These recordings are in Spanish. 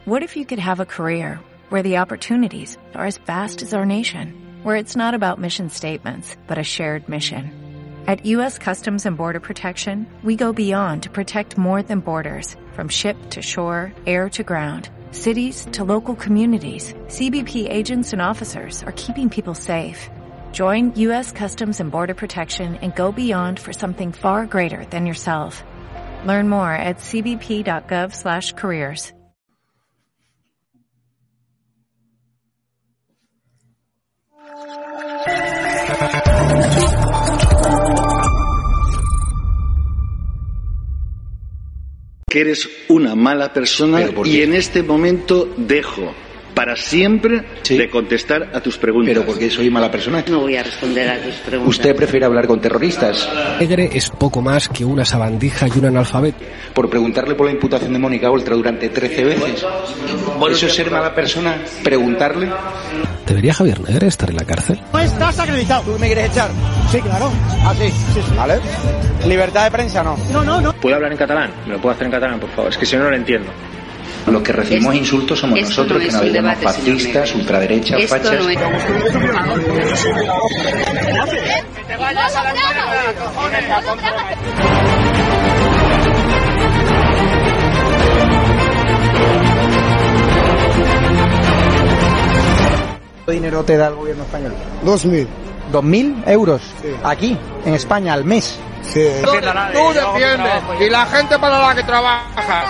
What if you could have a career where the opportunities are as vast as our nation, where it's not about mission statements, but a shared mission? At U.S. Customs and Border Protection, we go beyond to protect more than borders, from ship to shore, air to ground, cities to local communities. CBP agents and officers are keeping people safe. Join U.S. Customs and Border Protection and go beyond for something far greater than yourself. Learn more at cbp.gov/careers. Que eres una mala persona y en este momento dejo para siempre de contestar a tus preguntas. ¿Pero por qué soy mala persona? No voy a responder a tus preguntas. ¿Usted prefiere hablar con terroristas? Negre es poco más que una sabandija y un analfabeto. Por preguntarle por la imputación de Mónica Oltra durante 13 veces. ¿Eso es ser mala persona? ¿Preguntarle? ¿Debería Javier Negre estar en la cárcel? No estás acreditado. ¿Tú me quieres echar? Sí, claro. ¿Ah, sí? Sí. ¿Vale? ¿Libertad de prensa no? No. ¿Puedo hablar en catalán? ¿Me lo puedo hacer en catalán, por favor? Es que si no, no lo entiendo. Los que recibimos insultos somos nosotros, que nos llamamos fascistas, ultraderechas, fachas. No es... ¿Qué dinero te da el gobierno español? 2.000. ¿2.000 euros? Sí. Aquí, en España, al mes. Sí. Tú defiendes y la gente para la que trabaja.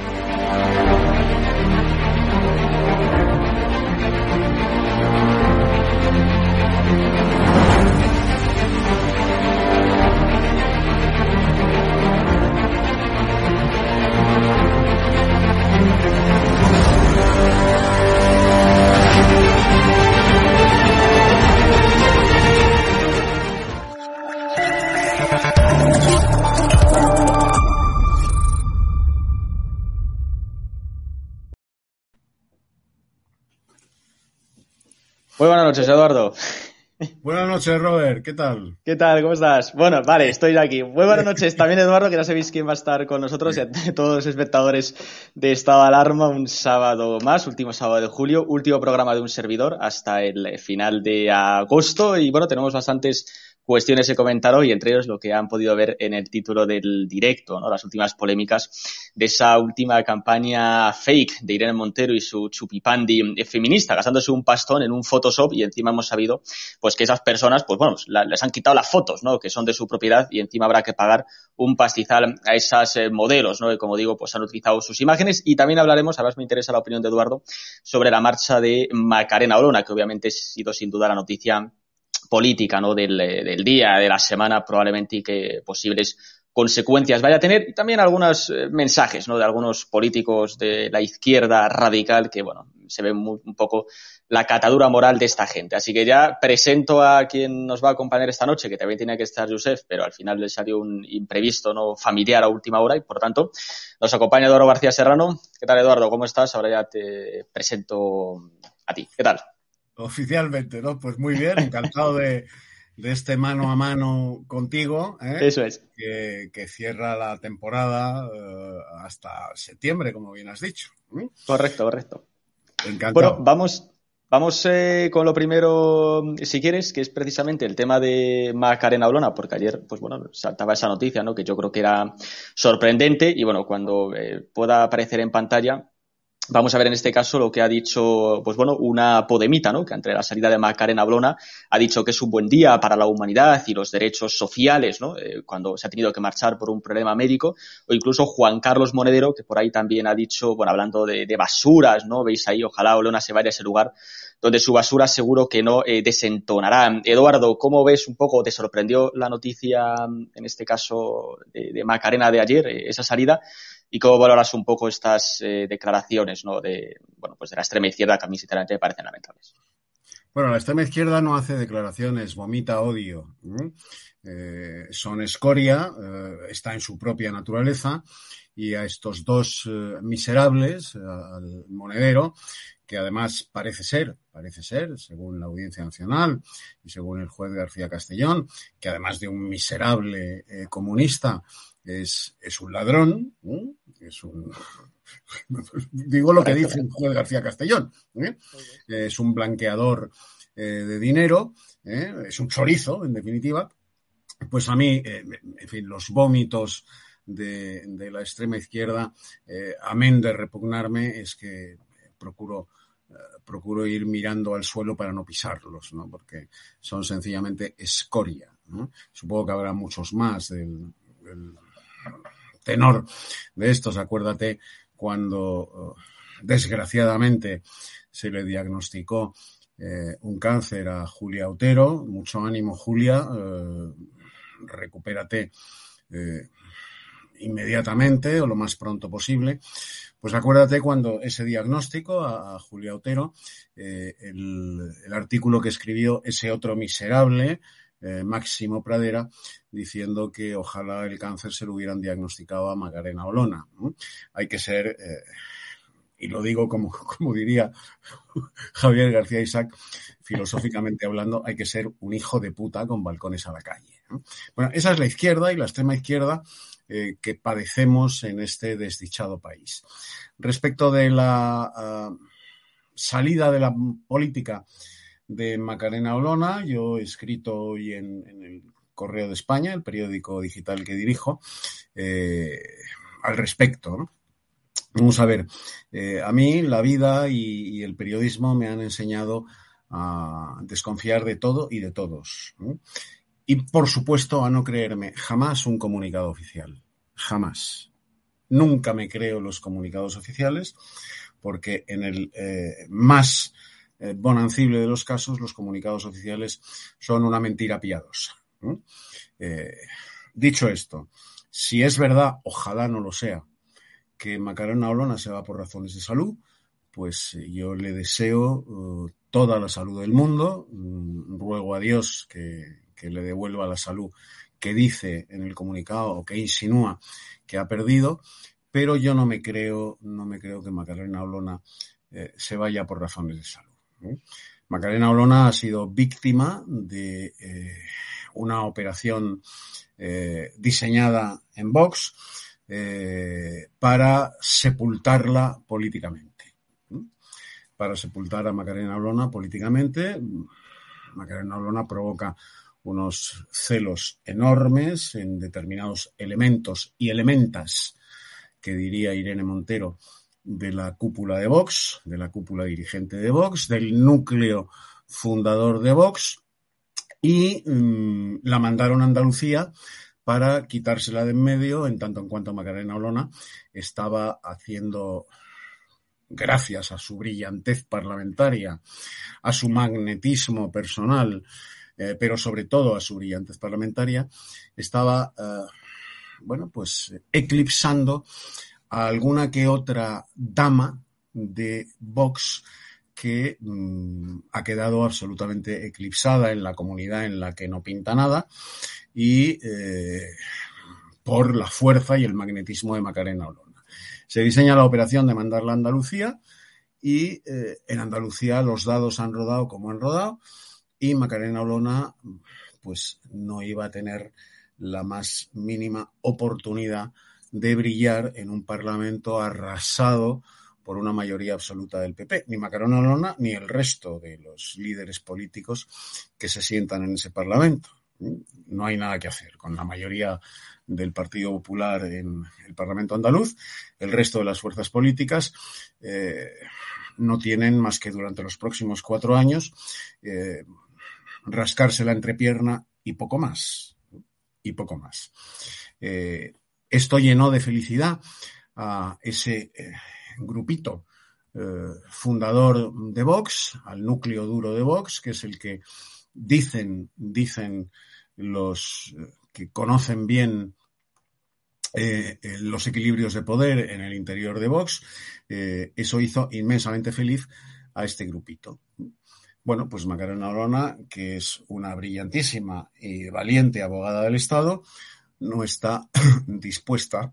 Muy buenas noches, Eduardo. Buenas noches, Robert. ¿Qué tal? ¿Qué tal? ¿Cómo estás? Bueno, vale, estoy aquí. Muy buenas noches también, Eduardo, que ya sabéis quién va a estar con nosotros y a todos los espectadores de Estado de Alarma. Un sábado más, último sábado de julio, último programa de un servidor hasta el final de agosto. Y bueno, tenemos bastantes cuestiones que comentar hoy, entre ellos lo que han podido ver en el título del directo, ¿no? Las últimas polémicas de esa última campaña fake de Irene Montero y su chupipandi feminista, gastándose un pastón en un Photoshop, y encima hemos sabido pues que esas personas, pues bueno, les han quitado las fotos, ¿no? Que son de su propiedad, y encima habrá que pagar un pastizal a esas modelos, ¿no? Que, como digo, pues han utilizado sus imágenes. Y también hablaremos, además me interesa la opinión de Eduardo, sobre la marcha de Macarena Olona, que obviamente ha sido sin duda la noticia política, ¿no? del día, de la semana probablemente, y que posibles consecuencias vaya a tener. Y también algunos mensajes, ¿no? De algunos políticos de la izquierda radical que, bueno, se ve un poco la catadura moral de esta gente. Así que ya presento a quien nos va a acompañar esta noche, que también tenía que estar Josep, pero al final le salió un imprevisto, ¿no? Familiar a última hora, y por tanto nos acompaña Eduardo García Serrano. ¿Qué tal, Eduardo? ¿Cómo estás? Ahora ya te presento a ti. ¿Qué tal? Oficialmente, ¿no? Pues muy bien, encantado de este mano a mano contigo, ¿eh? Eso es. Que cierra la temporada hasta septiembre, como bien has dicho. Correcto. Encantado. Bueno, vamos con lo primero, si quieres, que es precisamente el tema de Macarena Olona, porque ayer, pues bueno, saltaba esa noticia, ¿no? Que yo creo que era sorprendente, y bueno, cuando pueda aparecer en pantalla, vamos a ver en este caso lo que ha dicho, pues bueno, una podemita, ¿no? Que ante la salida de Macarena Olona ha dicho que es un buen día para la humanidad y los derechos sociales, ¿no? Cuando se ha tenido que marchar por un problema médico. O incluso Juan Carlos Monedero, que por ahí también ha dicho, bueno, hablando de basuras, ¿no? Veis ahí, ojalá Olona se vaya a ese lugar donde su basura seguro que no desentonará. Eduardo, ¿cómo ves un poco? ¿Te sorprendió la noticia, en este caso, de Macarena de ayer, esa salida? ¿Y cómo valoras un poco estas declaraciones, ¿no? de la extrema izquierda, que a mí sinceramente me parecen lamentables? Bueno, la extrema izquierda no hace declaraciones, vomita odio. Son escoria, está en su propia naturaleza, y a estos dos miserables, al Monedero, que además parece ser, según la Audiencia Nacional y según el juez García Castellón, que además de un miserable comunista, es un ladrón, es un Digo lo que dice el juez García Castellón. Es un blanqueador de dinero, es un chorizo, en definitiva. Pues a mí, en fin, los vómitos de la extrema izquierda, amén de repugnarme, es que procuro ir mirando al suelo para no pisarlos, ¿no? Porque son sencillamente escoria, ¿no? Supongo que habrá muchos más del tenor de estos. Acuérdate cuando, desgraciadamente, se le diagnosticó un cáncer a Julia Otero. Mucho ánimo, Julia, recupérate inmediatamente o lo más pronto posible. Pues acuérdate cuando ese diagnóstico a Julia Otero, el artículo que escribió ese otro miserable, Máximo Pradera, diciendo que ojalá el cáncer se lo hubieran diagnosticado a Macarena Olona, ¿no? Hay que ser, y lo digo como diría Javier García Isaac, filosóficamente hablando, hay que ser un hijo de puta con balcones a la calle, ¿no? Bueno, esa es la izquierda y la extrema izquierda que padecemos en este desdichado país. Respecto de la salida de la política de Macarena Olona, yo he escrito hoy en el Correo de España, el periódico digital que dirijo, al respecto, ¿no? Vamos a ver, a mí la vida y el periodismo me han enseñado a desconfiar de todo y de todos, ¿no? Y, por supuesto, a no creerme jamás un comunicado oficial. Jamás. Nunca me creo los comunicados oficiales porque en el más bonancible de los casos los comunicados oficiales son una mentira piadosa, ¿no? Dicho esto, si es verdad, ojalá no lo sea, que Macarena Olona se va por razones de salud, pues yo le deseo toda la salud del mundo. Ruego a Dios que le devuelva la salud que dice en el comunicado o que insinúa que ha perdido, pero yo no me creo que Macarena Olona se vaya por razones de salud, ¿no? Macarena Olona ha sido víctima de una operación diseñada en Vox para sepultarla políticamente, ¿no? Para sepultar a Macarena Olona políticamente. Macarena Olona provoca unos celos enormes en determinados elementos y elementas, que diría Irene Montero, de la cúpula de Vox, de la cúpula dirigente de Vox, del núcleo fundador de Vox, y la mandaron a Andalucía para quitársela de en medio, en tanto en cuanto Macarena Olona estaba haciendo, gracias a su brillantez parlamentaria, a su magnetismo personal, pero sobre todo a su brillantez parlamentaria, estaba, pues eclipsando a alguna que otra dama de Vox que ha quedado absolutamente eclipsada en la comunidad en la que no pinta nada y por la fuerza y el magnetismo de Macarena Olona. Se diseña la operación de mandarla a Andalucía y en Andalucía los dados han rodado como han rodado y Macarena Olona pues no iba a tener la más mínima oportunidad de brillar en un parlamento arrasado por una mayoría absoluta del PP. Ni Macarena Olona ni el resto de los líderes políticos que se sientan en ese parlamento. No hay nada que hacer con la mayoría del Partido Popular en el Parlamento andaluz. El resto de las fuerzas políticas no tienen más que durante los próximos 4 años rascarse la entrepierna y poco más. Y poco más. Esto llenó de felicidad a ese grupito fundador de Vox, al núcleo duro de Vox, que es el que dicen los que conocen bien los equilibrios de poder en el interior de Vox. Eso hizo inmensamente feliz a este grupito. Bueno, pues Macarena Olona, que es una brillantísima y valiente abogada del Estado, no está dispuesta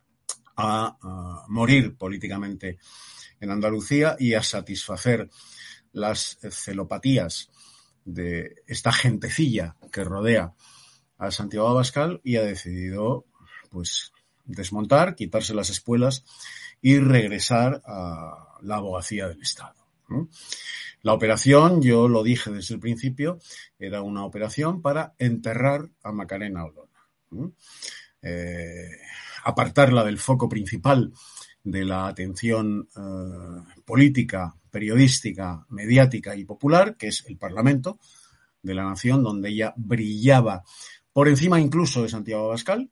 a morir políticamente en Andalucía y a satisfacer las celopatías de esta gentecilla que rodea a Santiago Abascal y ha decidido pues desmontar, quitarse las espuelas y regresar a la abogacía del Estado. La operación, yo lo dije desde el principio, era una operación para enterrar a Macarena Olona. Apartarla del foco principal de la atención política, periodística, mediática y popular, que es el Parlamento de la Nación, donde ella brillaba por encima incluso de Santiago Abascal,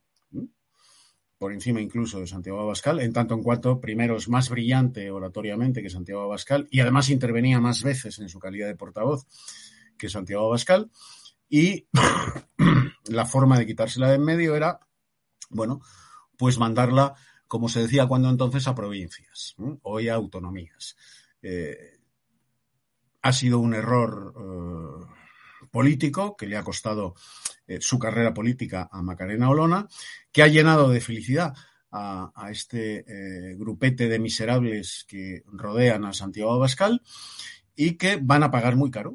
en tanto en cuanto primero es más brillante oratoriamente que Santiago Abascal y además intervenía más veces en su calidad de portavoz que Santiago Abascal, y la forma de quitársela de en medio era, bueno, pues mandarla, como se decía cuando entonces, a provincias, hoy a autonomías. Ha sido un error político que le ha costado su carrera política a Macarena Olona, que ha llenado de felicidad a este grupete de miserables que rodean a Santiago Abascal y que van a pagar muy caro.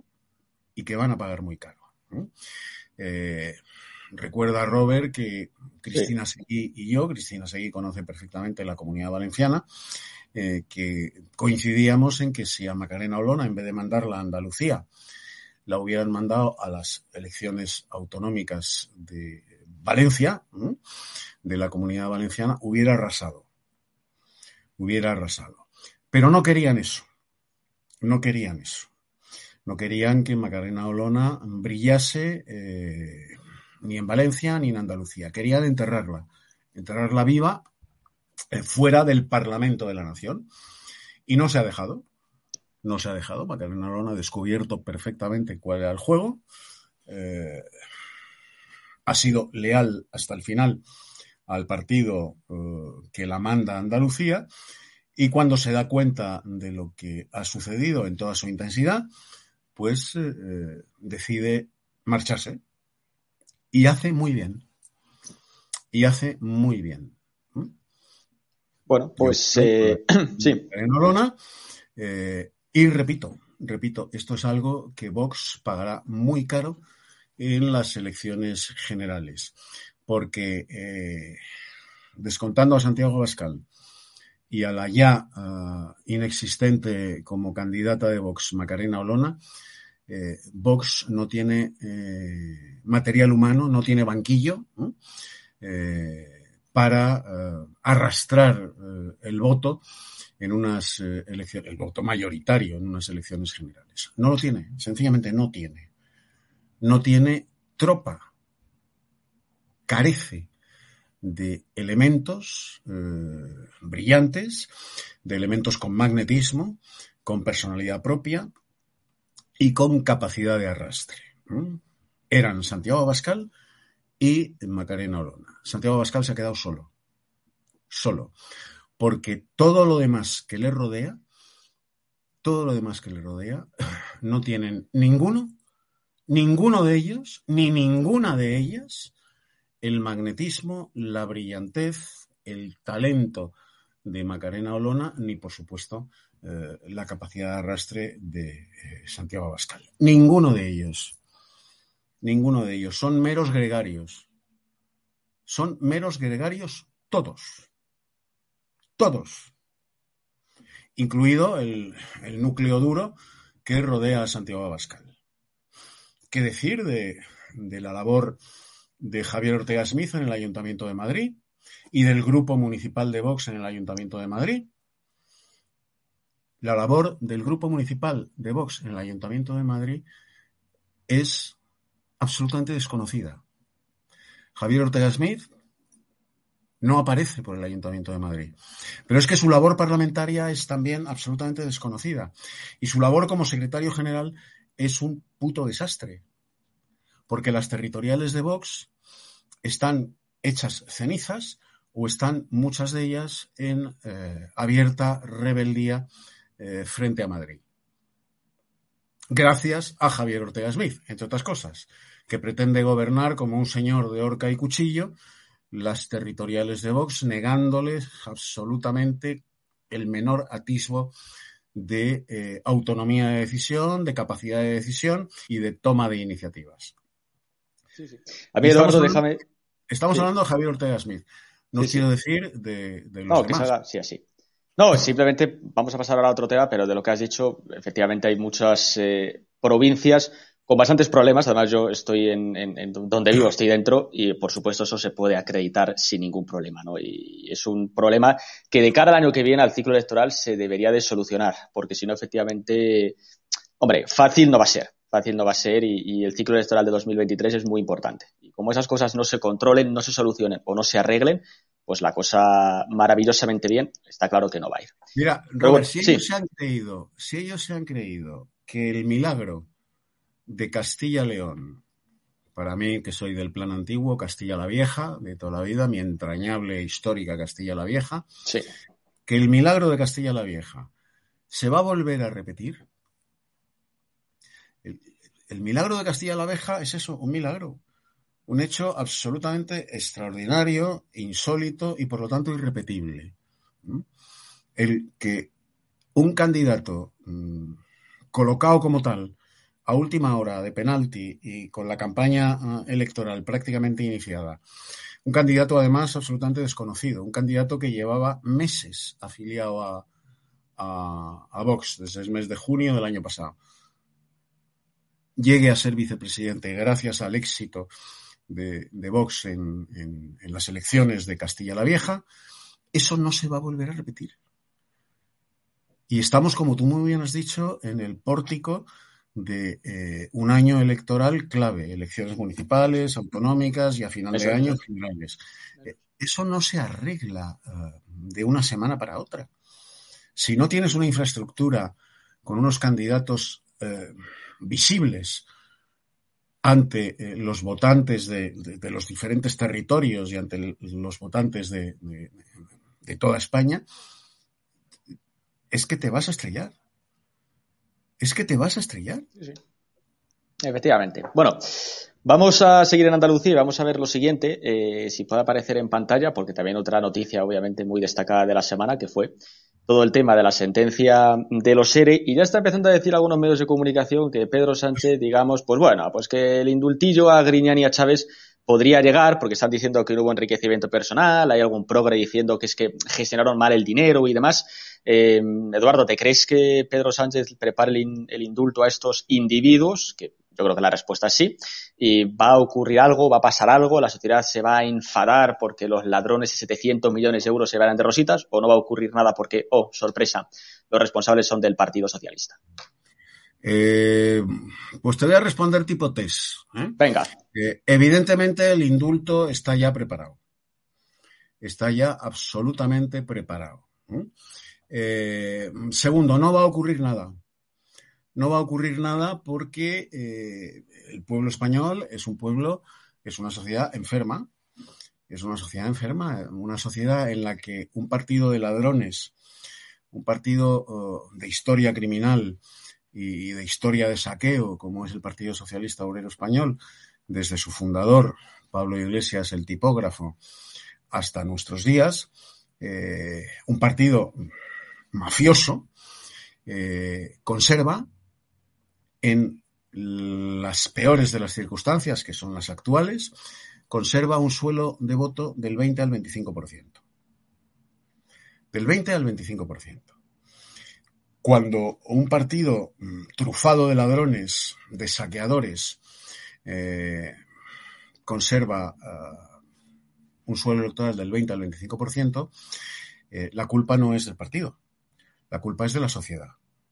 Recuerda, Robert, que Cristina Seguí y yo, Cristina Seguí conoce perfectamente la Comunidad Valenciana, que coincidíamos en que si a Macarena Olona, en vez de mandarla a Andalucía, la hubieran mandado a las elecciones autonómicas de Valencia, de la Comunidad Valenciana, hubiera arrasado. Pero no querían eso. No querían que Macarena Olona brillase ni en Valencia ni en Andalucía. Querían enterrarla viva fuera del Parlamento de la Nación. Y no se ha dejado. Macarena Olona ha descubierto perfectamente cuál era el juego. Ha sido leal hasta el final al partido que la manda a Andalucía, y cuando se da cuenta de lo que ha sucedido en toda su intensidad, pues decide marcharse. Y hace muy bien. Bueno, pues sí. Macarena Olona, y repito, esto es algo que Vox pagará muy caro en las elecciones generales, porque descontando a Santiago Abascal y a la ya inexistente como candidata de Vox, Macarena Olona, Vox no tiene material humano, no tiene banquillo para arrastrar el voto en unas elecciones, el voto mayoritario en unas elecciones generales. No lo tiene, sencillamente no tiene. No tiene tropa. Carece de elementos brillantes, de elementos con magnetismo, con personalidad propia y con capacidad de arrastre. Eran Santiago Abascal y Macarena Olona. Santiago Abascal se ha quedado solo, porque todo lo demás que le rodea, no tienen ninguno de ellos, ni ninguna de ellas, el magnetismo, la brillantez, el talento de Macarena Olona, ni por supuesto la capacidad de arrastre de Santiago Abascal. Ninguno de ellos. Son meros gregarios. Todos. Incluido el núcleo duro que rodea a Santiago Abascal. ¿Qué decir de la labor de Javier Ortega Smith en el Ayuntamiento de Madrid y del Grupo Municipal de Vox en el Ayuntamiento de Madrid? La labor del Grupo Municipal de Vox en el Ayuntamiento de Madrid es absolutamente desconocida. Javier Ortega Smith no aparece por el Ayuntamiento de Madrid. Pero es que su labor parlamentaria es también absolutamente desconocida. Y su labor como secretario general es un puto desastre. Porque las territoriales de Vox están hechas cenizas o están muchas de ellas en abierta rebeldía frente a Madrid. Gracias a Javier Ortega Smith, entre otras cosas, que pretende gobernar como un señor de horca y cuchillo las territoriales de Vox, negándoles absolutamente el menor atisbo de autonomía de decisión, de capacidad de decisión y de toma de iniciativas. Sí. A mí, Eduardo, déjame... Estamos hablando de Javier Ortega Smith. No quiero decir de los demás. Que salga, sí, así. No, simplemente vamos a pasar ahora a otro tema, pero de lo que has dicho, efectivamente hay muchas provincias con bastantes problemas. Además, yo estoy en donde vivo, estoy dentro y, por supuesto, eso se puede acreditar sin ningún problema, ¿no? Y es un problema que de cara al año que viene, al ciclo electoral, se debería de solucionar, porque si no, efectivamente, hombre, fácil no va a ser y el ciclo electoral de 2023 es muy importante. Y como esas cosas no se controlen, no se solucionen o no se arreglen, pues la cosa maravillosamente bien, está claro que no va a ir. Mira, Robert, si ellos se han creído que el milagro de Castilla-León, para mí, que soy del plan antiguo, Castilla la Vieja, de toda la vida, mi entrañable histórica Castilla la Vieja, sí, que el milagro de Castilla la Vieja se va a volver a repetir. El milagro de Castilla la Vieja es eso, un milagro. Un hecho absolutamente extraordinario, insólito y, por lo tanto, irrepetible. El que un candidato colocado como tal a última hora de penalti y con la campaña electoral prácticamente iniciada, un candidato además absolutamente desconocido, un candidato que llevaba meses afiliado a Vox desde el mes de junio del año pasado, llegue a ser vicepresidente gracias al éxito de Vox en las elecciones de Castilla la Vieja, eso no se va a volver a repetir. Y estamos, como tú muy bien has dicho, en el pórtico de un año electoral clave, elecciones municipales, autonómicas y a final de año generales. Eso no se arregla de una semana para otra. Si no tienes una infraestructura con unos candidatos visibles ante los votantes de los diferentes territorios y ante los votantes de toda España, es que te vas a estrellar. Sí. Efectivamente. Bueno, vamos a seguir en Andalucía y vamos a ver lo siguiente, si puede aparecer en pantalla, porque también otra noticia obviamente muy destacada de la semana, que fue todo el tema de la sentencia de los ERE, y ya está empezando a decir algunos medios de comunicación que Pedro Sánchez, digamos, pues bueno, pues que el indultillo a Griñán y a Chávez podría llegar, porque están diciendo que no hubo enriquecimiento personal, hay algún progre diciendo que es que gestionaron mal el dinero y demás. Eduardo, ¿te crees que Pedro Sánchez prepare el indulto a estos individuos? Que yo creo que la respuesta es sí. ¿Y va a ocurrir algo? ¿Va a pasar algo? ¿La sociedad se va a enfadar porque los ladrones de 700 millones de euros se van de rositas? ¿O no va a ocurrir nada porque, oh, sorpresa, los responsables son del Partido Socialista? Pues te voy a responder tipo test. Venga. Evidentemente el indulto está ya preparado. Está ya absolutamente preparado. Segundo, no va a ocurrir nada. No va a ocurrir nada porque el pueblo español es una sociedad enferma. Es una sociedad enferma, una sociedad en la que un partido de ladrones, un partido de historia criminal y de historia de saqueo, como es el Partido Socialista Obrero Español, desde su fundador, Pablo Iglesias, el tipógrafo, hasta nuestros días, un partido mafioso, conserva en las peores de las circunstancias, que son las actuales, conserva un suelo de voto del 20 al 25%. Del 20 al 25%. Cuando un partido trufado de ladrones, de saqueadores, conserva un suelo electoral del 20 al 25%, la culpa no es del partido, la culpa es de la sociedad.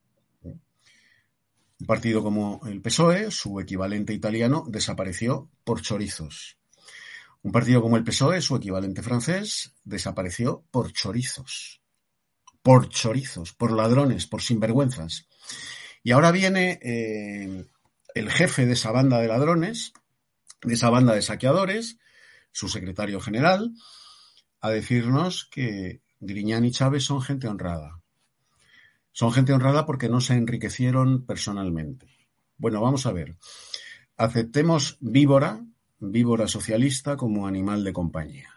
Un partido como el PSOE, su equivalente italiano, desapareció por chorizos. Un partido como el PSOE, su equivalente francés, desapareció por chorizos. Por chorizos, por ladrones, por sinvergüenzas. Y ahora viene el jefe de esa banda de ladrones, de esa banda de saqueadores, su secretario general, a decirnos que Griñán y Chávez son gente honrada. Son gente honrada porque no se enriquecieron personalmente. Bueno, vamos a ver. Aceptemos víbora socialista como animal de compañía.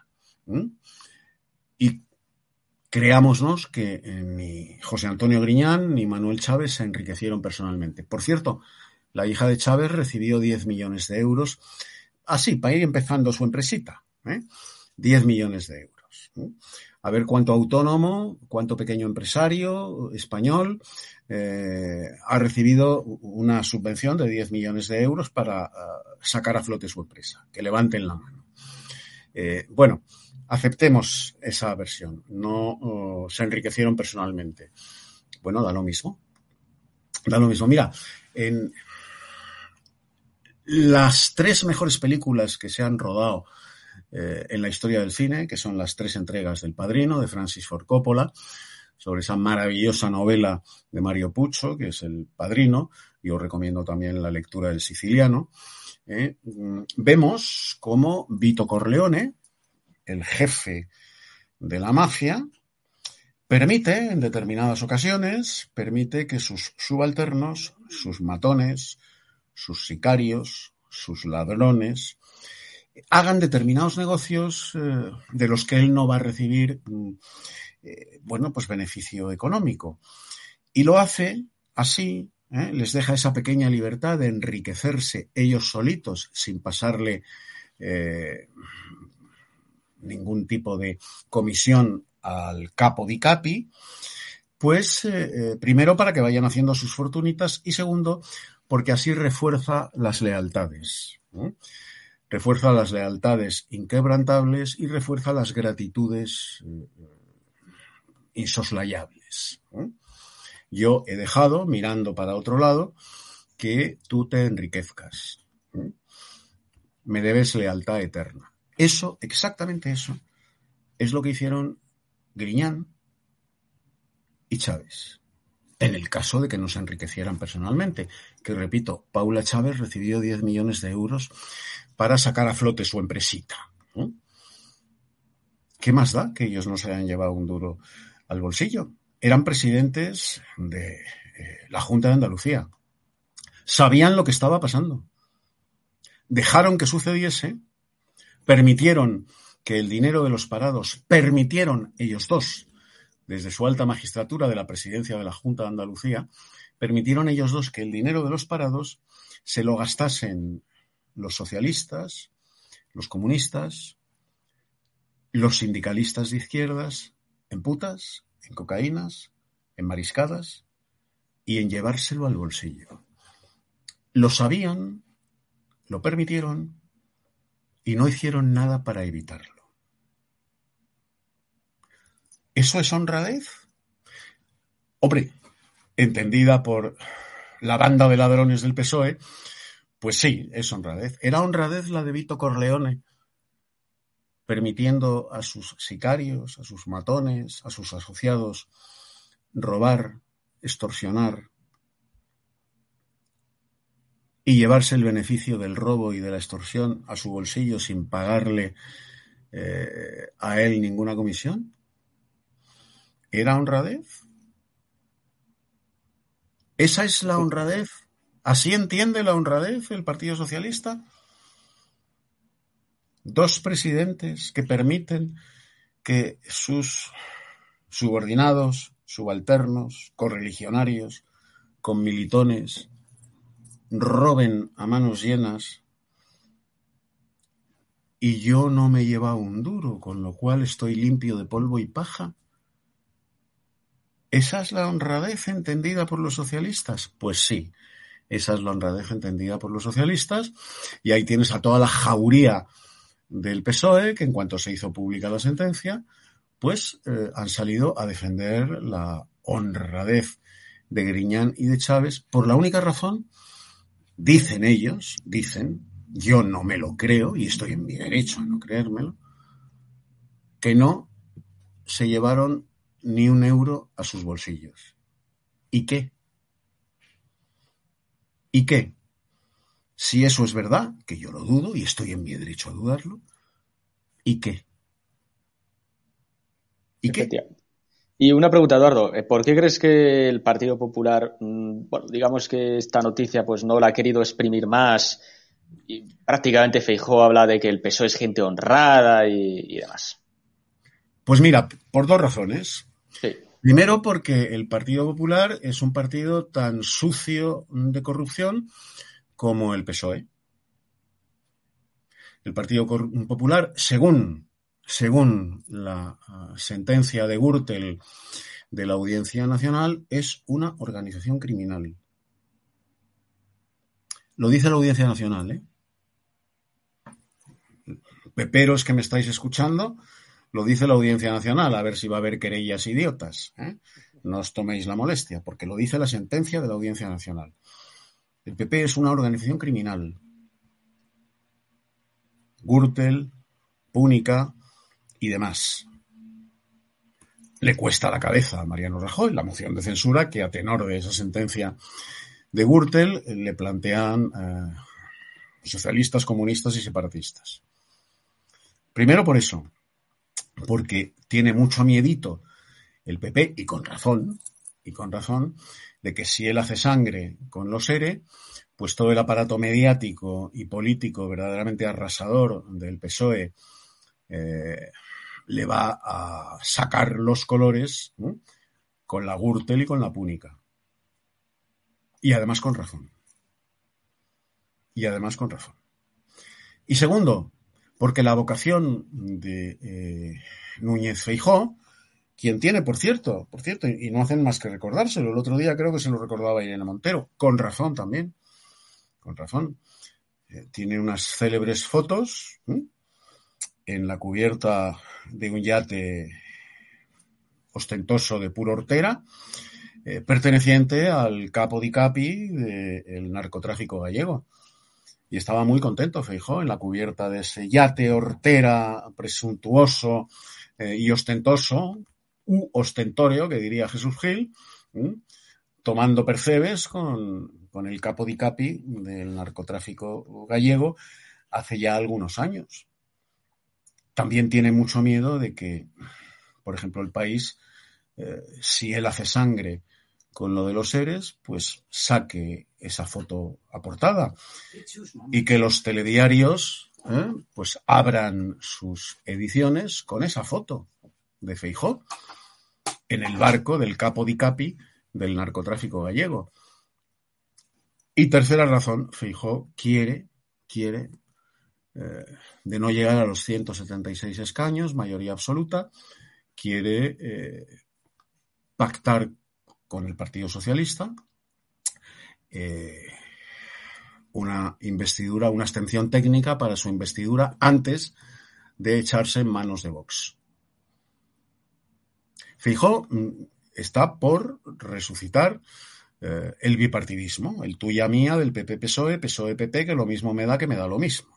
Y creámonos que ni José Antonio Griñán ni Manuel Chávez se enriquecieron personalmente. Por cierto, la hija de Chávez recibió 10 millones de euros, así, para ir empezando su empresita. 10 millones de euros. A ver cuánto autónomo, cuánto pequeño empresario español ha recibido una subvención de 10 millones de euros para sacar a flote su empresa. Que levanten la mano. Bueno, aceptemos esa versión. No se enriquecieron personalmente. Bueno, da lo mismo. Da lo mismo. Mira, en las 3 mejores películas que se han rodado en la historia del cine, que son las 3 entregas del Padrino, de Francis Ford Coppola, sobre esa maravillosa novela de Mario Puzo, que es El Padrino. Yo recomiendo también la lectura del Siciliano. Vemos cómo Vito Corleone, el jefe de la mafia, permite, en determinadas ocasiones, que sus subalternos, sus matones, sus sicarios, sus ladrones, hagan determinados negocios de los que él no va a recibir, pues beneficio económico. Y lo hace así, les deja esa pequeña libertad de enriquecerse ellos solitos sin pasarle ningún tipo de comisión al capo di capi, pues primero para que vayan haciendo sus fortunitas y segundo porque así refuerza las lealtades. Refuerza las lealtades inquebrantables y refuerza las gratitudes insoslayables. Yo he dejado, mirando para otro lado, que tú te enriquezcas. Me debes lealtad eterna. Eso, exactamente eso, es lo que hicieron Griñán y Chávez. En el caso de que no se enriquecieran personalmente, que repito, Paula Chávez recibió 10 millones de euros para sacar a flote su empresita. ¿Qué más da que ellos no se hayan llevado un duro al bolsillo? Eran presidentes de la Junta de Andalucía. Sabían lo que estaba pasando. Dejaron que sucediese, permitieron que el dinero de los parados, permitieron ellos dos, desde su alta magistratura de la presidencia de la Junta de Andalucía, permitieron ellos dos que el dinero de los parados se lo gastasen los socialistas, los comunistas, los sindicalistas de izquierdas, en putas, en cocaínas, en mariscadas y en llevárselo al bolsillo. Lo sabían, lo permitieron y no hicieron nada para evitarlo. ¿Eso es honradez? Hombre, entendida por la banda de ladrones del PSOE, pues sí, es honradez. ¿Era honradez la de Vito Corleone, permitiendo a sus sicarios, a sus matones, a sus asociados robar, extorsionar y llevarse el beneficio del robo y de la extorsión a su bolsillo sin pagarle a él ninguna comisión? ¿Era honradez? ¿Esa es la honradez? ¿Así entiende la honradez el Partido Socialista? 2 presidentes que permiten que sus subordinados, subalternos, correligionarios, conmilitones, roben a manos llenas y yo no me he llevado un duro, con lo cual estoy limpio de polvo y paja. ¿Esa es la honradez entendida por los socialistas? Pues sí, esa es la honradez entendida por los socialistas y ahí tienes a toda la jauría del PSOE que en cuanto se hizo pública la sentencia, pues han salido a defender la honradez de Griñán y de Chávez por la única razón, dicen ellos, yo no me lo creo y estoy en mi derecho a no creérmelo, que no se llevaron ni un euro a sus bolsillos. ¿Y qué? ¿Y qué? Si eso es verdad, que yo lo dudo y estoy en mi derecho a dudarlo, ¿y qué? ¿Y qué? Y una pregunta, Eduardo, ¿por qué crees que el Partido Popular, digamos que esta noticia pues no la ha querido exprimir más y prácticamente Feijóo habla de que el PSOE es gente honrada y demás? Pues mira, por 2 razones. Sí. Primero, porque el Partido Popular es un partido tan sucio de corrupción como el PSOE. El Partido Popular, según según la sentencia de Gürtel de la Audiencia Nacional, es una organización criminal. Lo dice la Audiencia Nacional, ¿eh? Peperos que me estáis escuchando, lo dice la Audiencia Nacional, a ver si va a haber querellas idiotas, ¿eh? No os toméis la molestia, porque lo dice la sentencia de la Audiencia Nacional. El PP es una organización criminal. Gürtel, Púnica y demás. Le cuesta la cabeza a Mariano Rajoy la moción de censura que, a tenor de esa sentencia de Gürtel, le plantean socialistas, comunistas y separatistas. Primero por eso, porque tiene mucho miedito el PP, y con razón, de que si él hace sangre con los ERE, pues todo el aparato mediático y político verdaderamente arrasador del PSOE le va a sacar los colores, ¿no?, con la Gürtel y con la Púnica. Y además con razón. Y segundo, porque la vocación de Núñez Feijóo, quien tiene, por cierto, y no hacen más que recordárselo, el otro día creo que se lo recordaba Irene Montero, con razón también, tiene unas célebres fotos en la cubierta de un yate ostentoso de puro hortera, perteneciente al capo di capi del narcotráfico gallego. Y estaba muy contento Feijóo en la cubierta de ese yate hortera presuntuoso y ostentoso, ostentorio, que diría Jesús Gil, tomando percebes con el capo di capi del narcotráfico gallego hace ya algunos años. También tiene mucho miedo de que, por ejemplo, el País, si él hace sangre con lo de los ERES, pues saque esa foto a portada y que los telediarios pues abran sus ediciones con esa foto de Feijóo en el barco del capo di capi del narcotráfico gallego. Y tercera razón, Feijóo quiere de no llegar a los 176 escaños, mayoría absoluta, quiere pactar con el Partido Socialista una investidura, una abstención técnica para su investidura antes de echarse en manos de Vox. Feijóo está por resucitar el bipartidismo, el tuya mía del PP-PSOE, PSOE-PP, que lo mismo me da que me da lo mismo.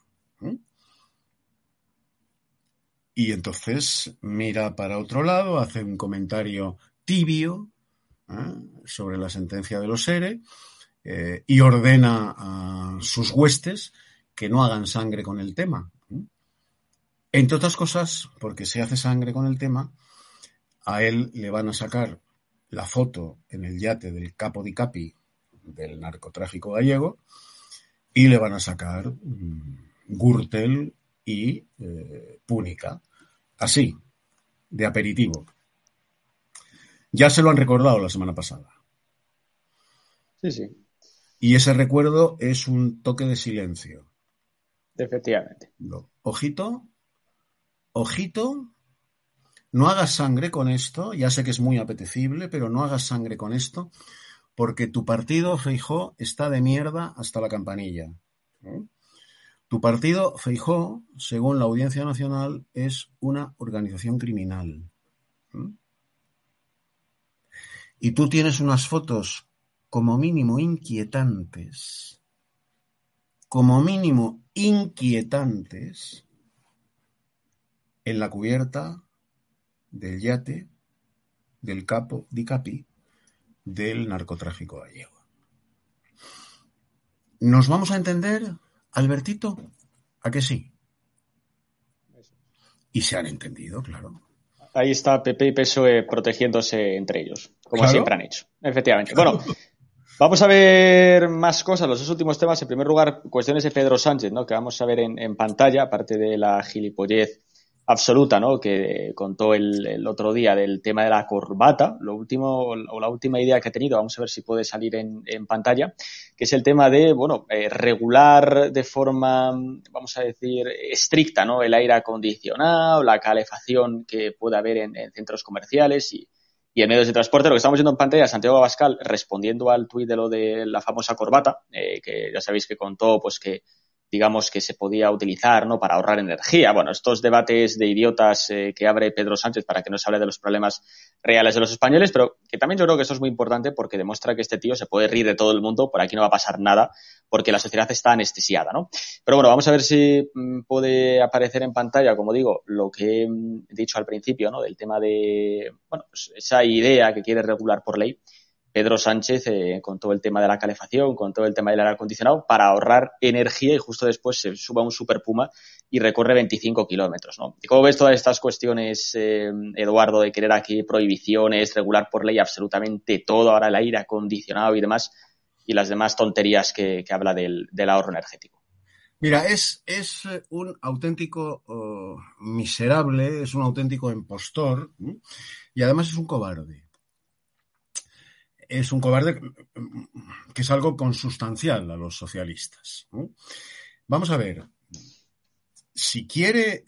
Y entonces mira para otro lado, hace un comentario tibio sobre la sentencia de los ERE y ordena a sus huestes que no hagan sangre con el tema. Entre otras cosas, porque si hace sangre con el tema, a él le van a sacar la foto en el yate del capo di capi del narcotráfico gallego y le van a sacar Gürtel y Púnica, así, de aperitivo. Ya se lo han recordado la semana pasada. Sí. Y ese recuerdo es un toque de silencio. Efectivamente. Ojito, no hagas sangre con esto, ya sé que es muy apetecible, pero no hagas sangre con esto, porque tu partido, Feijóo, está de mierda hasta la campanilla. Tu partido, Feijóo, según la Audiencia Nacional, es una organización criminal. Y tú tienes unas fotos como mínimo inquietantes, en la cubierta del yate del capo di capi del narcotráfico gallego. ¿Nos vamos a entender, Albertito? ¿A que sí? Y se han entendido, claro. Ahí está PP y PSOE protegiéndose entre ellos, como Claro. siempre han hecho. Efectivamente. Bueno, vamos a ver más cosas, los dos últimos temas. En primer lugar, cuestiones de Pedro Sánchez, ¿no?, que vamos a ver en pantalla, aparte de la gilipollez absoluta, ¿no? Que contó el otro día del tema de la corbata, la última idea que ha tenido, vamos a ver si puede salir en pantalla, que es el tema de, regular de forma, vamos a decir, estricta, ¿no? El aire acondicionado, la calefacción que puede haber en centros comerciales y en medios de transporte. Lo que estamos viendo en pantalla, Santiago Abascal respondiendo al tuit de lo de la famosa corbata, que ya sabéis que contó, pues que digamos que se podía utilizar, ¿no? Para ahorrar energía. Bueno, estos debates de idiotas que abre Pedro Sánchez para que no se hable de los problemas reales de los españoles, pero que también yo creo que eso es muy importante porque demuestra que este tío se puede reír de todo el mundo, por aquí no va a pasar nada, porque la sociedad está anestesiada, ¿no? Pero bueno, vamos a ver si puede aparecer en pantalla, como digo, lo que he dicho al principio, ¿no? Del tema de, pues esa idea que quiere regular por ley Pedro Sánchez con todo el tema de la calefacción, con todo el tema del aire acondicionado, para ahorrar energía y justo después se suba un Super Puma y recorre 25 kilómetros, ¿no? ¿Y cómo ves todas estas cuestiones, Eduardo, de querer aquí prohibiciones, regular por ley absolutamente todo, ahora el aire acondicionado y demás, y las demás tonterías que habla del ahorro energético? Mira, es un auténtico miserable, es un auténtico impostor, ¿sí? Y además es un cobarde. Es un cobarde que es algo consustancial a los socialistas, ¿no? Vamos a ver, si quiere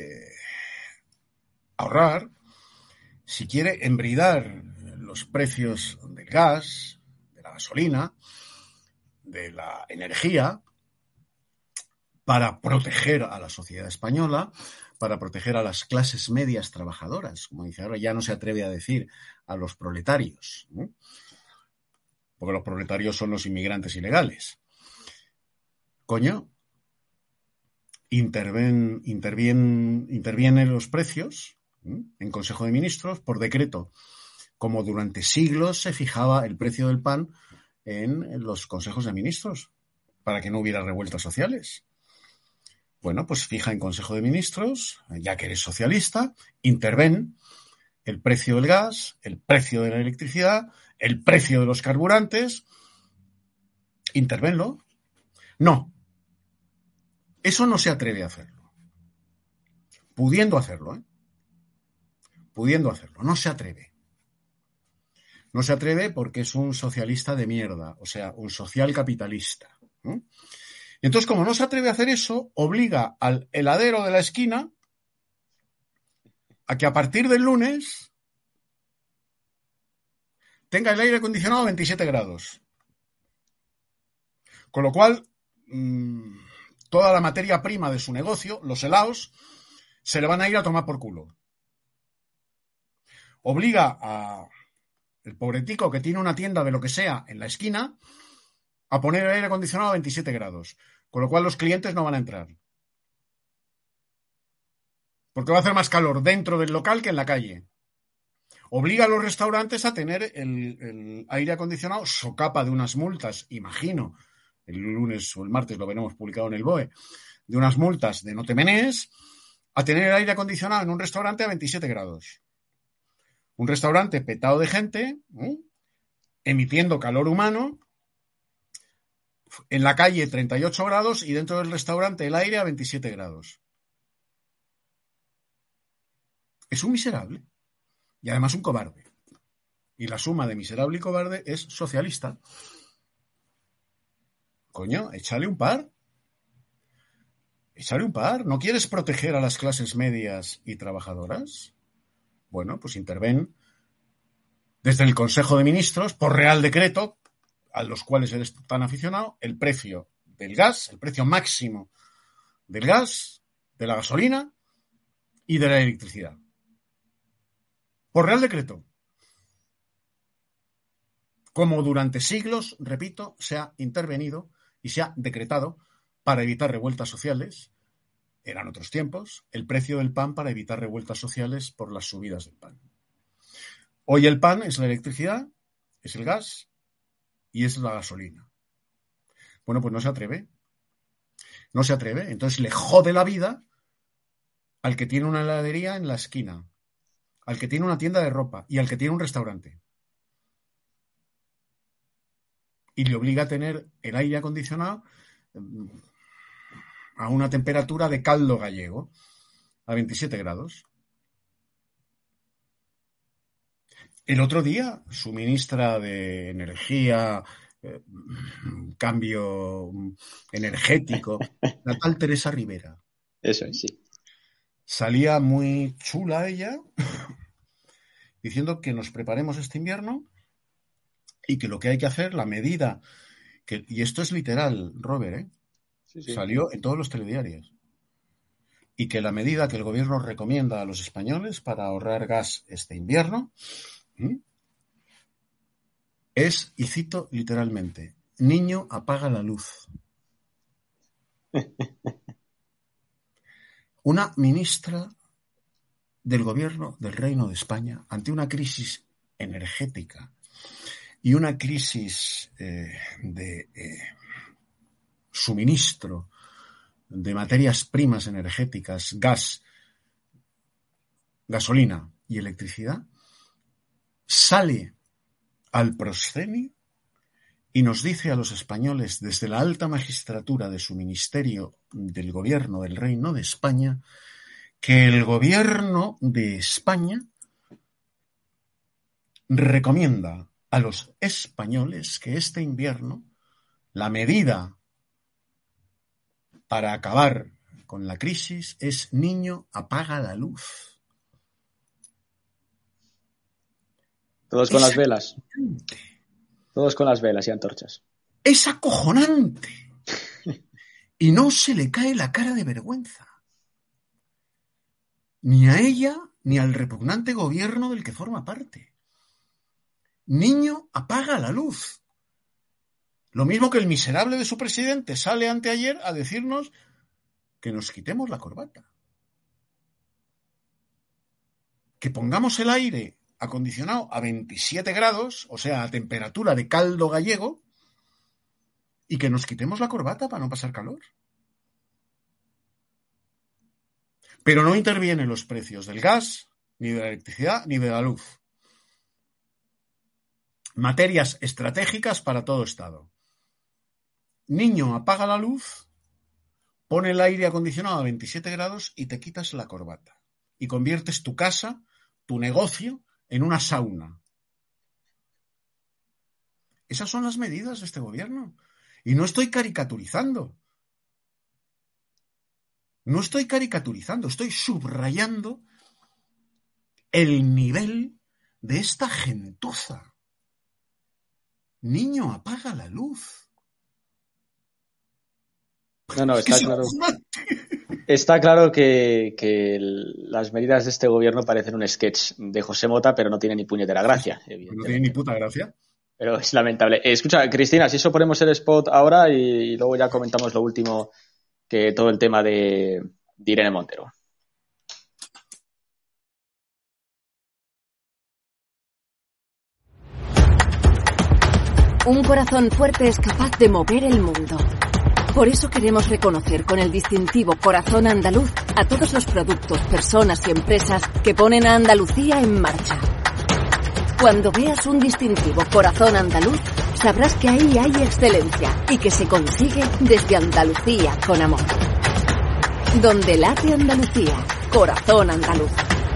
ahorrar, si quiere embridar los precios del gas, de la gasolina, de la energía, para proteger a la sociedad española, para proteger a las clases medias trabajadoras, como dice ahora, ya no se atreve a decir a los proletarios, ¿no? Porque los proletarios son los inmigrantes ilegales. Coño, intervienen los precios, ¿sí? En Consejo de Ministros por decreto, como durante siglos se fijaba el precio del pan en los consejos de ministros, para que no hubiera revueltas sociales. Bueno, pues fija en Consejo de Ministros, ya que eres socialista, interven el precio del gas, el precio de la electricidad, el precio de los carburantes, intervenlo. No, eso no se atreve a hacerlo. Pudiendo hacerlo, pudiendo hacerlo, no se atreve. No se atreve porque es un socialista de mierda, o sea, un social capitalista, ¿no? Y entonces, como no se atreve a hacer eso, obliga al heladero de la esquina a que a partir del lunes tenga el aire acondicionado a 27 grados. Con lo cual, toda la materia prima de su negocio, los helados, se le van a ir a tomar por culo. Obliga a el pobretico que tiene una tienda de lo que sea en la esquina a poner el aire acondicionado a 27 grados. Con lo cual los clientes no van a entrar. Porque va a hacer más calor dentro del local que en la calle. Obliga a los restaurantes a tener el aire acondicionado, socapa de unas multas, imagino, el lunes o el martes lo veremos publicado en el BOE, de unas multas de no te menees, a tener el aire acondicionado en un restaurante a 27 grados. Un restaurante petado de gente, emitiendo calor humano, en la calle 38 grados y dentro del restaurante el aire a 27 grados. Es un miserable y además un cobarde. Y la suma de miserable y cobarde es socialista. Coño, échale un par. Échale un par. ¿No quieres proteger a las clases medias y trabajadoras? Bueno, pues interven desde el Consejo de Ministros, por Real Decreto, a los cuales eres tan aficionado, el precio del gas, el precio máximo del gas, de la gasolina y de la electricidad. Por Real Decreto. Como durante siglos, repito, se ha intervenido y se ha decretado para evitar revueltas sociales, eran otros tiempos, el precio del pan para evitar revueltas sociales por las subidas del pan. Hoy el pan es la electricidad, es el gas y es la gasolina. Bueno, pues no se atreve. No se atreve. Entonces le jode la vida al que tiene una heladería en la esquina, al que tiene una tienda de ropa y al que tiene un restaurante. Y le obliga a tener el aire acondicionado a una temperatura de caldo gallego. a 27 grados. El otro día, su ministra de Energía, Cambio Energético, la tal Teresa Rivera. Eso es, sí. Salía muy chula ella, diciendo que nos preparemos este invierno y que lo que hay que hacer, la medida, y esto es literal, Robert, Sí. Salió en todos los telediarios, y que la medida que el gobierno recomienda a los españoles para ahorrar gas este invierno es, y cito literalmente, niño, apaga la luz. Una ministra del gobierno del Reino de España, ante una crisis energética y una crisis de suministro de materias primas energéticas, gas, gasolina y electricidad, sale al proscenio y nos dice a los españoles desde la alta magistratura de su ministerio del gobierno del Reino de España que el gobierno de España recomienda a los españoles que este invierno la medida para acabar con la crisis es niño, apaga la luz. Todos con las velas. Todos con las velas y antorchas. Es acojonante. Y no se le cae la cara de vergüenza. Ni a ella, ni al repugnante gobierno del que forma parte. Niño, apaga la luz. Lo mismo que el miserable de su presidente sale anteayer a decirnos que nos quitemos la corbata. Que pongamos el aire acondicionado a 27 grados, o sea, a temperatura de caldo gallego, y que nos quitemos la corbata para no pasar calor. Pero no intervienen los precios del gas, ni de la electricidad, ni de la luz. Materias estratégicas para todo Estado. Niño, apaga la luz, pone el aire acondicionado a 27 grados y te quitas la corbata. Y conviertes tu casa, tu negocio, en una sauna. Esas son las medidas de este gobierno. Y no estoy caricaturizando. No estoy caricaturizando, estoy subrayando el nivel de esta gentuza. Niño, apaga la luz. No, está claro. Está claro que las medidas de este gobierno parecen un sketch de José Mota, pero no tiene ni puñetera gracia. No tiene ni puta gracia. Pero es lamentable. Escucha, Cristina, si eso ponemos el spot ahora y luego ya comentamos lo último, que todo el tema de Irene Montero. Un corazón fuerte es capaz de mover el mundo. Por eso queremos reconocer con el distintivo Corazón Andaluz a todos los productos, personas y empresas que ponen a Andalucía en marcha. Cuando veas un distintivo Corazón Andaluz, sabrás que ahí hay excelencia y que se consigue desde Andalucía con amor. Donde late Andalucía, Corazón Andaluz.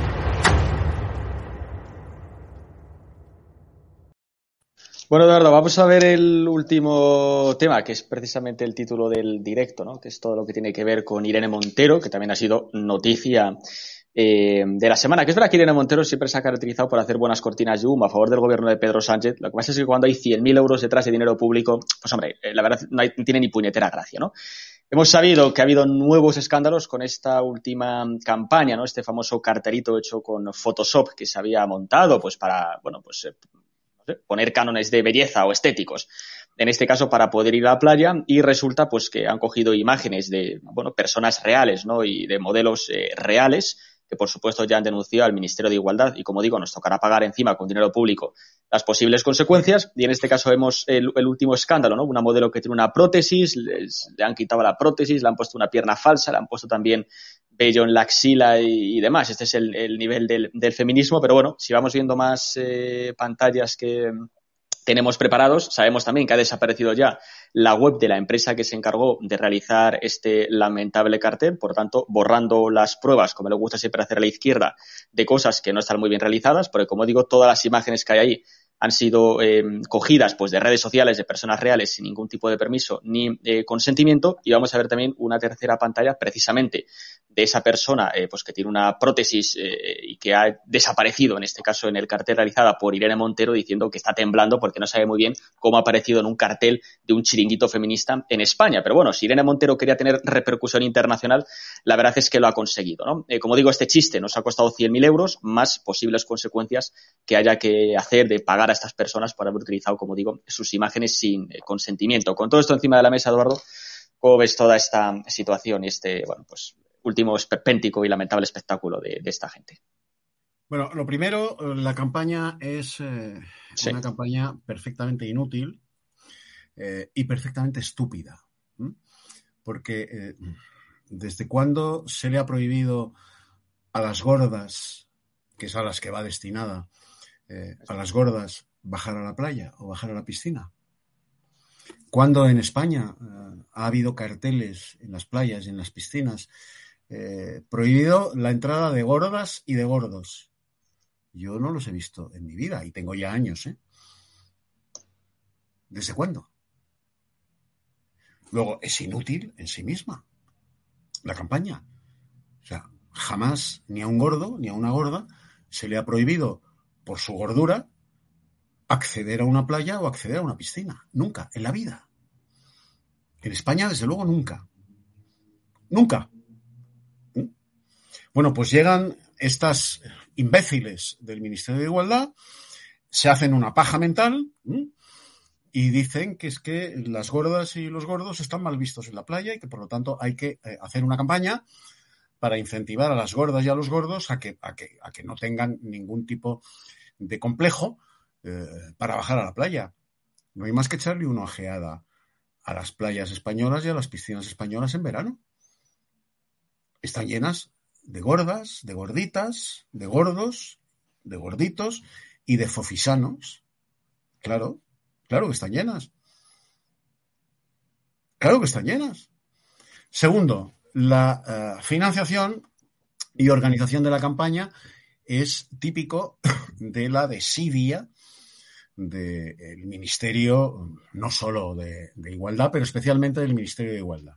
Bueno, Eduardo, vamos a ver el último tema, que es precisamente el título del directo, ¿no? Que es todo lo que tiene que ver con Irene Montero, que también ha sido noticia de la semana. Que es verdad que Irene Montero siempre se ha caracterizado por hacer buenas cortinas de humo a favor del gobierno de Pedro Sánchez. Lo que pasa es que cuando hay 100.000 euros detrás de dinero público, pues hombre, la verdad no tiene ni puñetera gracia, ¿no? Hemos sabido que ha habido nuevos escándalos con esta última campaña, ¿no? Este famoso carterito hecho con Photoshop que se había montado, pues para, bueno, pues poner cánones de belleza o estéticos, en este caso para poder ir a la playa, y resulta pues que han cogido imágenes de, bueno, personas reales, ¿no? Y de modelos reales, que por supuesto ya han denunciado al Ministerio de Igualdad, y como digo, nos tocará pagar encima con dinero público las posibles consecuencias. Y en este caso vemos el último escándalo, ¿no? Una modelo que tiene una prótesis, le han quitado la prótesis, le han puesto una pierna falsa, le han puesto también vello en la axila y demás. Este es el nivel del feminismo, pero bueno, si vamos viendo más pantallas que tenemos preparados. Sabemos también que ha desaparecido ya la web de la empresa que se encargó de realizar este lamentable cartel, por tanto, borrando las pruebas, como le gusta siempre hacer a la izquierda, de cosas que no están muy bien realizadas, porque como digo, todas las imágenes que hay ahí han sido cogidas pues de redes sociales de personas reales sin ningún tipo de permiso ni consentimiento, y vamos a ver también una tercera pantalla precisamente de esa persona pues que tiene una prótesis y que ha desaparecido, en este caso en el cartel realizada por Irene Montero, diciendo que está temblando porque no sabe muy bien cómo ha aparecido en un cartel de un chiringuito feminista en España. Pero bueno, si Irene Montero quería tener repercusión internacional, la verdad es que lo ha conseguido, ¿no? Como digo, este chiste nos ha costado 100.000 euros, más posibles consecuencias que haya que hacer de pagar a estas personas por haber utilizado, como digo, sus imágenes sin consentimiento. Con todo esto encima de la mesa, Eduardo, ¿cómo ves toda esta situación y este, bueno, pues último esperpéntico y lamentable espectáculo de esta gente? Bueno, lo primero, la campaña es una campaña perfectamente inútil y perfectamente estúpida. Porque ¿desde cuándo se le ha prohibido a las gordas, que es a las que va destinada, a las gordas bajar a la playa o bajar a la piscina? ¿Cuándo en España ha habido carteles en las playas y en las piscinas prohibido la entrada de gordas y de gordos? Yo no los he visto en mi vida y tengo ya años, ¿eh? ¿Desde cuándo? Luego, es inútil en sí misma la campaña. O sea, jamás ni a un gordo ni a una gorda se le ha prohibido por su gordura acceder a una playa o acceder a una piscina. Nunca, en la vida. En España, desde luego, nunca. Nunca. Bueno, pues llegan estas imbéciles del Ministerio de Igualdad, se hacen una paja mental y dicen que es que las gordas y los gordos están mal vistos en la playa y que por lo tanto hay que hacer una campaña para incentivar a las gordas y a los gordos a que no tengan ningún tipo de complejo para bajar a la playa. No hay más que echarle una ojeada a las playas españolas y a las piscinas españolas en verano. Están llenas de gordas, de gorditas, de gordos, de gorditos y de fofisanos. Claro que están llenas. Claro que están llenas. Segundo, la financiación y organización de la campaña es típico de la desidia del Ministerio, no solo de Igualdad, pero especialmente del Ministerio de Igualdad.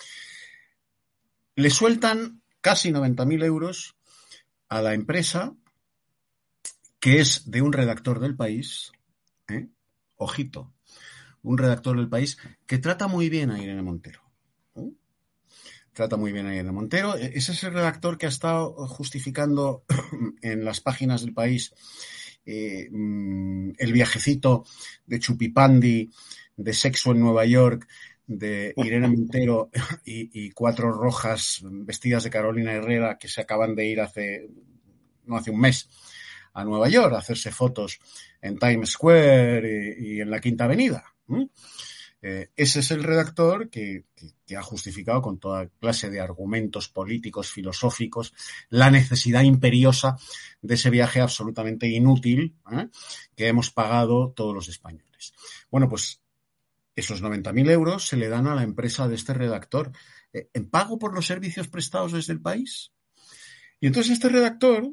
Le sueltan casi 90.000 euros a la empresa, que es de un redactor del País, ojito, un redactor del País que trata muy bien a Irene Montero. Trata muy bien a Irene Montero. Es ese redactor que ha estado justificando en las páginas del País el viajecito de Chupipandi, de Sexo en Nueva York, de Irene Montero y 4 rojas vestidas de Carolina Herrera que se acaban de ir hace un mes a Nueva York a hacerse fotos en Times Square y en la Quinta Avenida. Ese es el redactor que ha justificado con toda clase de argumentos políticos, filosóficos, la necesidad imperiosa de ese viaje absolutamente inútil que hemos pagado todos los españoles. Bueno, pues esos 90.000 euros se le dan a la empresa de este redactor en pago por los servicios prestados desde el País. Y entonces este redactor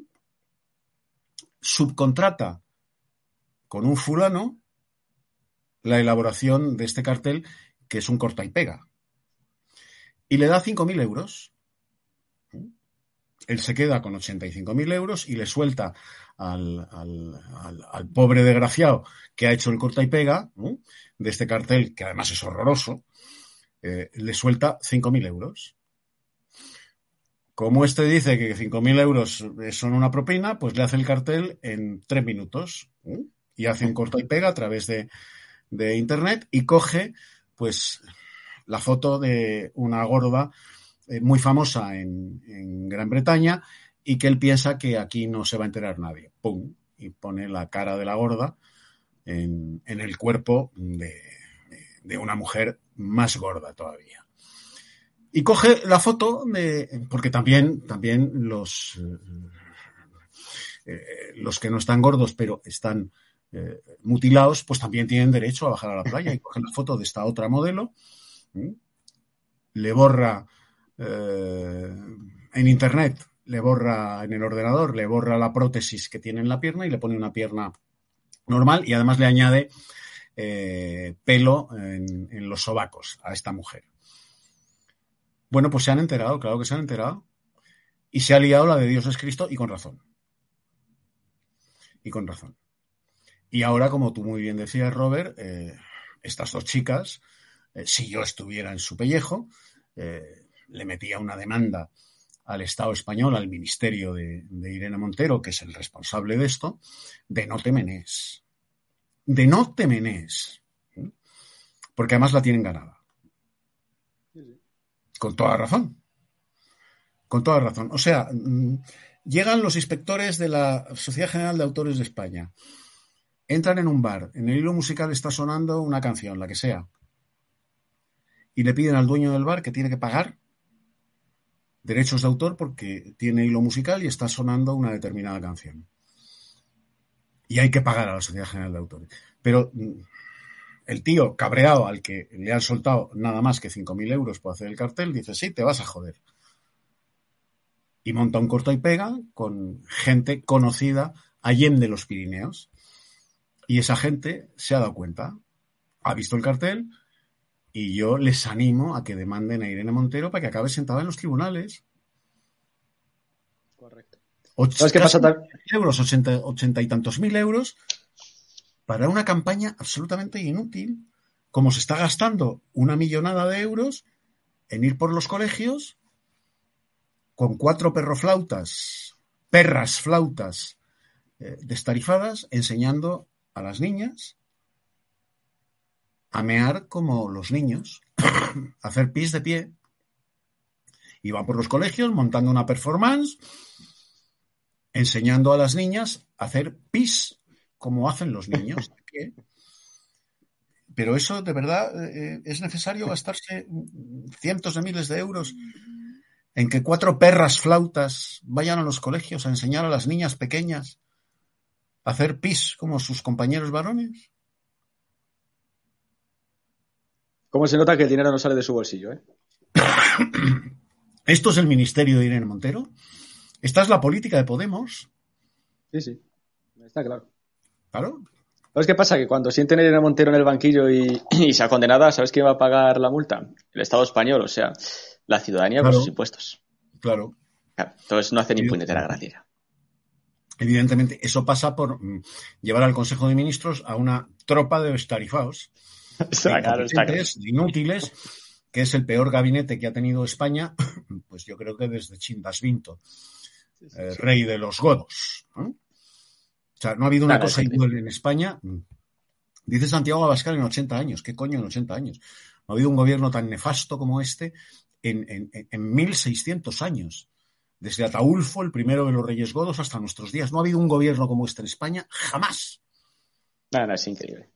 subcontrata con un fulano la elaboración de este cartel, que es un corta y pega. Y le da 5.000 euros. Él se queda con 85.000 euros y le suelta al pobre desgraciado que ha hecho el corta y pega de este cartel, que además es horroroso, le suelta 5.000 euros. Como este dice que 5.000 euros son una propina, pues le hace el cartel en 3 minutos y hace un corta y pega a través de internet y coge pues la foto de una gorda muy famosa en Gran Bretaña y que él piensa que aquí no se va a enterar nadie. ¡Pum! Y pone la cara de la gorda en el cuerpo de una mujer más gorda todavía. Y coge la foto porque también los que no están gordos pero están mutilados, pues también tienen derecho a bajar a la playa y coger la foto de esta otra modelo, le borra en internet, le borra en el ordenador, le borra la prótesis que tiene en la pierna y le pone una pierna normal y además le añade pelo en los sobacos a esta mujer. Bueno, pues se han enterado, claro que se han enterado, y se ha liado la de Dios es Cristo y con razón. Y con razón. Y ahora, como tú muy bien decías, Robert, estas dos chicas, si yo estuviera en su pellejo, le metía una demanda al Estado español, al Ministerio de Irene Montero, que es el responsable de esto, de no te menes. De no te menes. Porque además la tienen ganada. Con toda razón. Con toda razón. O sea, llegan los inspectores de la Sociedad General de Autores de España. Entran en un bar. En el hilo musical está sonando una canción, la que sea. Y le piden al dueño del bar que tiene que pagar derechos de autor porque tiene hilo musical y está sonando una determinada canción. Y hay que pagar a la Sociedad General de Autores. Pero el tío cabreado al que le han soltado nada más que 5.000 euros por hacer el cartel, dice, sí, te vas a joder. Y monta un corta y pega con gente conocida allende los Pirineos. Y esa gente se ha dado cuenta, ha visto el cartel, y yo les animo a que demanden a Irene Montero para que acabe sentada en los tribunales. Correcto. ¿Sabes qué pasa? 80 y tantos mil euros para una campaña absolutamente inútil, como se está gastando una millonada de euros en ir por los colegios con 4 perras flautas destarifadas, enseñando a las niñas a mear como los niños, a hacer pis de pie. Y van por los colegios montando una performance, enseñando a las niñas a hacer pis como hacen los niños de pie. Pero eso, de verdad, es necesario gastarse cientos de miles de euros en que 4 perras flautas vayan a los colegios a enseñar a las niñas pequeñas a hacer pis como sus compañeros varones. ¿Cómo se nota que el dinero no sale de su bolsillo, Esto es el ministerio de Irene Montero. Esta es la política de Podemos. Sí. Está claro. Claro. ¿Sabes qué pasa? Que cuando sienten a Irene Montero en el banquillo y sea condenada, ¿sabes quién va a pagar la multa? El Estado español, o sea, la ciudadanía con sus impuestos. Claro. Entonces no hace ni puñetera gracia. Evidentemente, eso pasa por llevar al Consejo de Ministros a una tropa de estarifados. Está claro. Inútiles, que es el peor gabinete que ha tenido España, pues yo creo que desde Chindasvinto, rey de los godos, ¿no? O sea, no ha habido una cosa igual en España. Dice Santiago Abascal en 80 años. ¿Qué coño en 80 años? No ha habido un gobierno tan nefasto como este en 1600 años. Desde Ataulfo, el primero de los reyes godos, hasta nuestros días. No ha habido un gobierno como este en España jamás. Es increíble.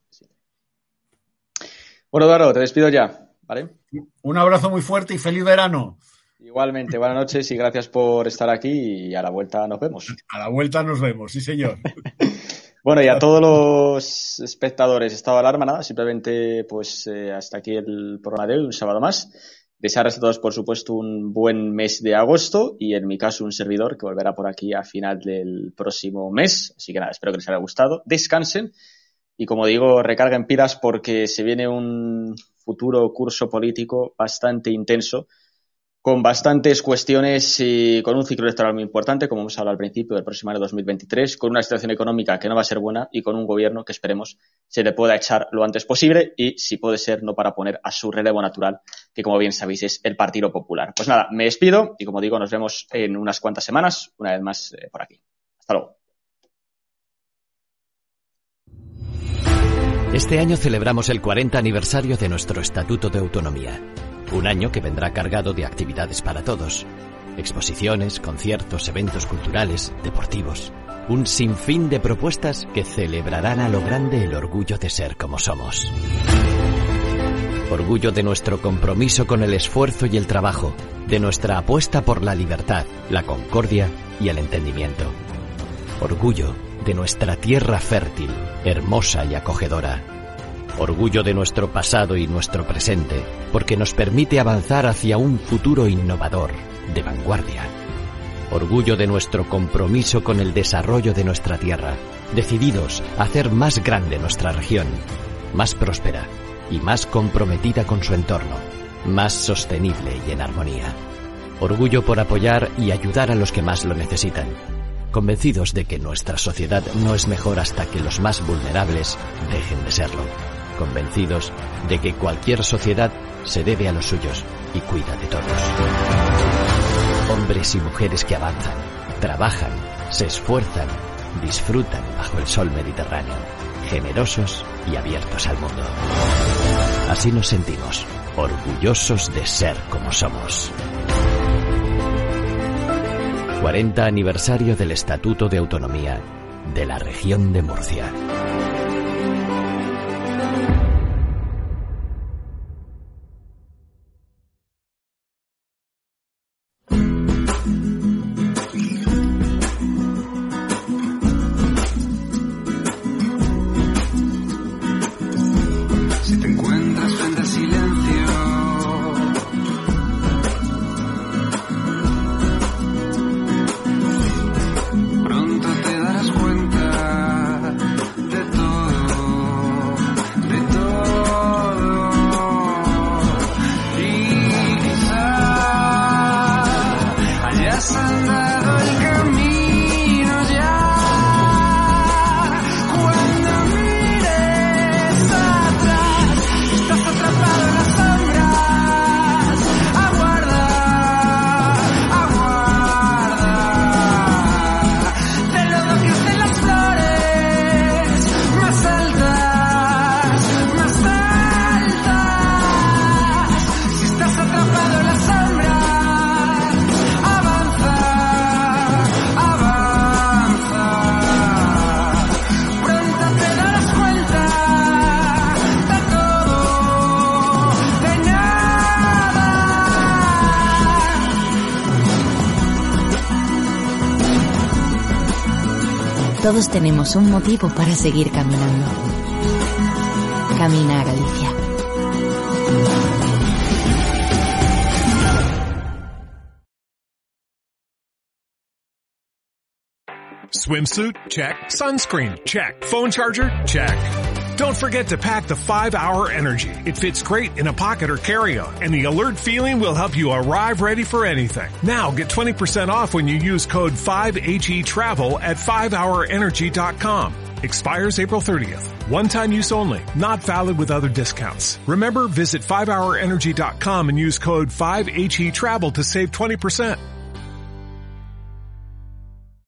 Bueno, Eduardo, te despido ya, ¿vale? Un abrazo muy fuerte y feliz verano. Igualmente, buenas noches y gracias por estar aquí y a la vuelta nos vemos. A la vuelta nos vemos, sí señor. Bueno, y a todos los espectadores, estado de alarma, nada, simplemente pues hasta aquí el programa de hoy, un sábado más. Desearles a todos, por supuesto, un buen mes de agosto y en mi caso un servidor que volverá por aquí a final del próximo mes. Así que nada, espero que les haya gustado. Descansen y, como digo, recarguen pilas porque se viene un futuro curso político bastante intenso, con bastantes cuestiones y con un ciclo electoral muy importante, como hemos hablado al principio del próximo año 2023, con una situación económica que no va a ser buena y con un gobierno que esperemos se le pueda echar lo antes posible y, si puede ser, no para poner a su relevo natural, que como bien sabéis es el Partido Popular. Pues nada, me despido y, como digo, nos vemos en unas cuantas semanas, una vez más por aquí. Hasta luego. Este año celebramos el 40 aniversario de nuestro Estatuto de Autonomía. Un año que vendrá cargado de actividades para todos. Exposiciones, conciertos, eventos culturales, deportivos. Un sinfín de propuestas que celebrarán a lo grande el orgullo de ser como somos. Orgullo de nuestro compromiso con el esfuerzo y el trabajo, de nuestra apuesta por la libertad, la concordia y el entendimiento. Orgullo de nuestra tierra fértil, hermosa y acogedora. Orgullo de nuestro pasado y nuestro presente, porque nos permite avanzar hacia un futuro innovador, de vanguardia. Orgullo de nuestro compromiso con el desarrollo de nuestra tierra, decididos a hacer más grande nuestra región, más próspera y más comprometida con su entorno, más sostenible y en armonía. Orgullo por apoyar y ayudar a los que más lo necesitan, convencidos de que nuestra sociedad no es mejor hasta que los más vulnerables dejen de serlo, convencidos de que cualquier sociedad se debe a los suyos y cuida de todos. Hombres y mujeres que avanzan, trabajan, se esfuerzan, disfrutan bajo el sol mediterráneo, generosos y abiertos al mundo. Así nos sentimos, orgullosos de ser como somos. 40 aniversario del Estatuto de Autonomía de la Región de Murcia. Todos tenemos un motivo para seguir caminando. Camina a Galicia. Swimsuit? Check. Sunscreen? Check. Phone charger? Check. Don't forget to pack the 5-Hour Energy. It fits great in a pocket or carry-on, and the alert feeling will help you arrive ready for anything. Now get 20% off when you use code 5HETRAVEL at 5hourenergy.com. Expires April 30th. One-time use only. Not valid with other discounts. Remember, visit 5hourenergy.com and use code 5HETRAVEL to save 20%.